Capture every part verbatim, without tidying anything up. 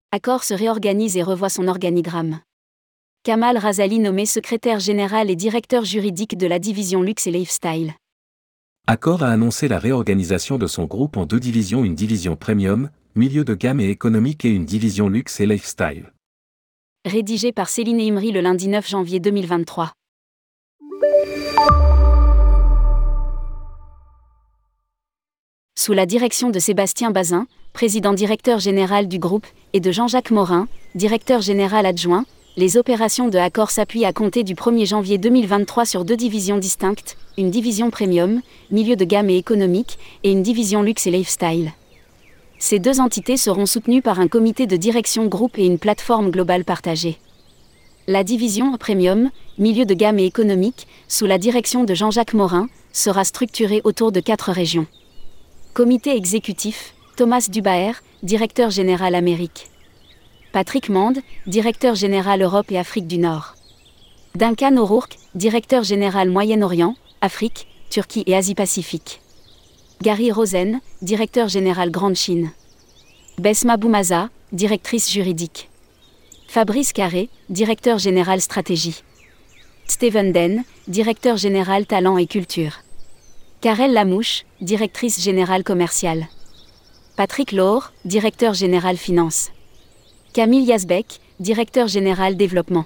Accor se réorganise et revoit son organigramme. Kamal Ghazali nommé secrétaire général et directeur juridique de la division Luxe et Lifestyle. Accor a annoncé la réorganisation de son groupe en deux divisions, une division Premium, milieu de gamme et économique et une division Luxe et Lifestyle. Rédigé par Céline Imri le lundi neuf janvier deux mille vingt-trois. Sous la direction de Sébastien Bazin, président-directeur général du groupe, et de Jean-Jacques Morin, directeur général adjoint, les opérations de Accor s'appuient à compter du premier janvier deux mille vingt-trois sur deux divisions distinctes, une division Premium, milieu de gamme et économique, et une division Luxe et Lifestyle. Ces deux entités seront soutenues par un comité de direction groupe et une plateforme globale partagée. La division Premium, milieu de gamme et économique, sous la direction de Jean-Jacques Morin, sera structurée autour de quatre régions. Comité exécutif, Thomas Dubaer, directeur général Amérique. Patrick Mande, directeur général Europe et Afrique du Nord. Duncan O'Rourke, directeur général Moyen-Orient, Afrique, Turquie et Asie-Pacifique. Gary Rosen, directeur général Grande Chine. Besma Boumaza, directrice juridique. Fabrice Carré, directeur général stratégie. Steven Den, directeur général talent et culture. Karel Lamouche, directrice générale commerciale. Patrick Laure, directeur général finance. Camille Yazbek, directeur général développement.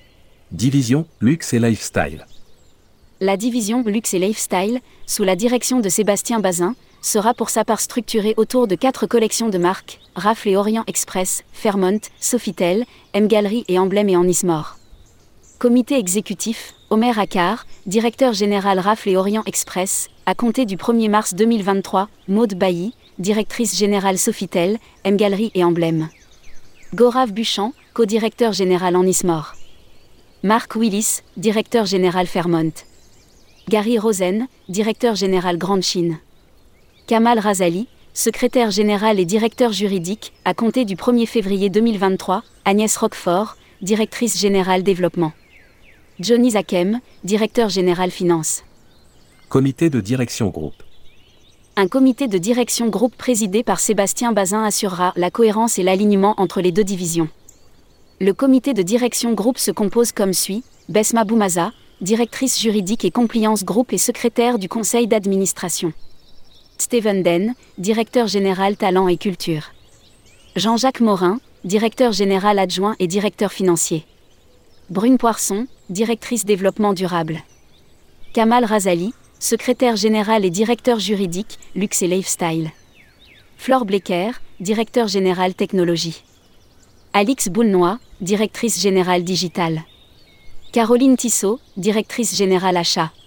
Division Luxe et Lifestyle. La division Luxe et Lifestyle, sous la direction de Sébastien Bazin, sera pour sa part structurée autour de quatre collections de marques, Rafle et Orient Express, Fairmont, Sofitel, M-Gallery et Emblème et Ennismore. Comité exécutif, Omer Akkar, directeur général Rafle et Orient Express, à compter du premier mars deux mille vingt-trois, Maude Bailly, directrice générale Sofitel, M-Gallery et Emblème. Gaurav Buchan, co-directeur général Ennismore. Mark Willis, directeur général Fairmont. Gary Rosen, directeur général Grande Chine. Kamal Ghazali, secrétaire général et directeur juridique, à compter du premier février deux mille vingt-trois, Agnès Roquefort, directrice générale développement. Johnny Zakem, directeur général finance. Comité de direction groupe. Un comité de direction groupe présidé par Sébastien Bazin assurera la cohérence et l'alignement entre les deux divisions. Le comité de direction groupe se compose comme suit: Besma Boumaza, directrice juridique et compliance groupe et secrétaire du conseil d'administration. Steven Den, directeur général talent et culture. Jean-Jacques Morin, directeur général adjoint et directeur financier. Brune Poisson, directrice développement durable. Kamal Ghazali, secrétaire général et directeur juridique, Luxe et Lifestyle. Flore Blecker, directeur général technologie. Alix Boulnois, directrice générale digitale. Caroline Tissot, directrice générale achat.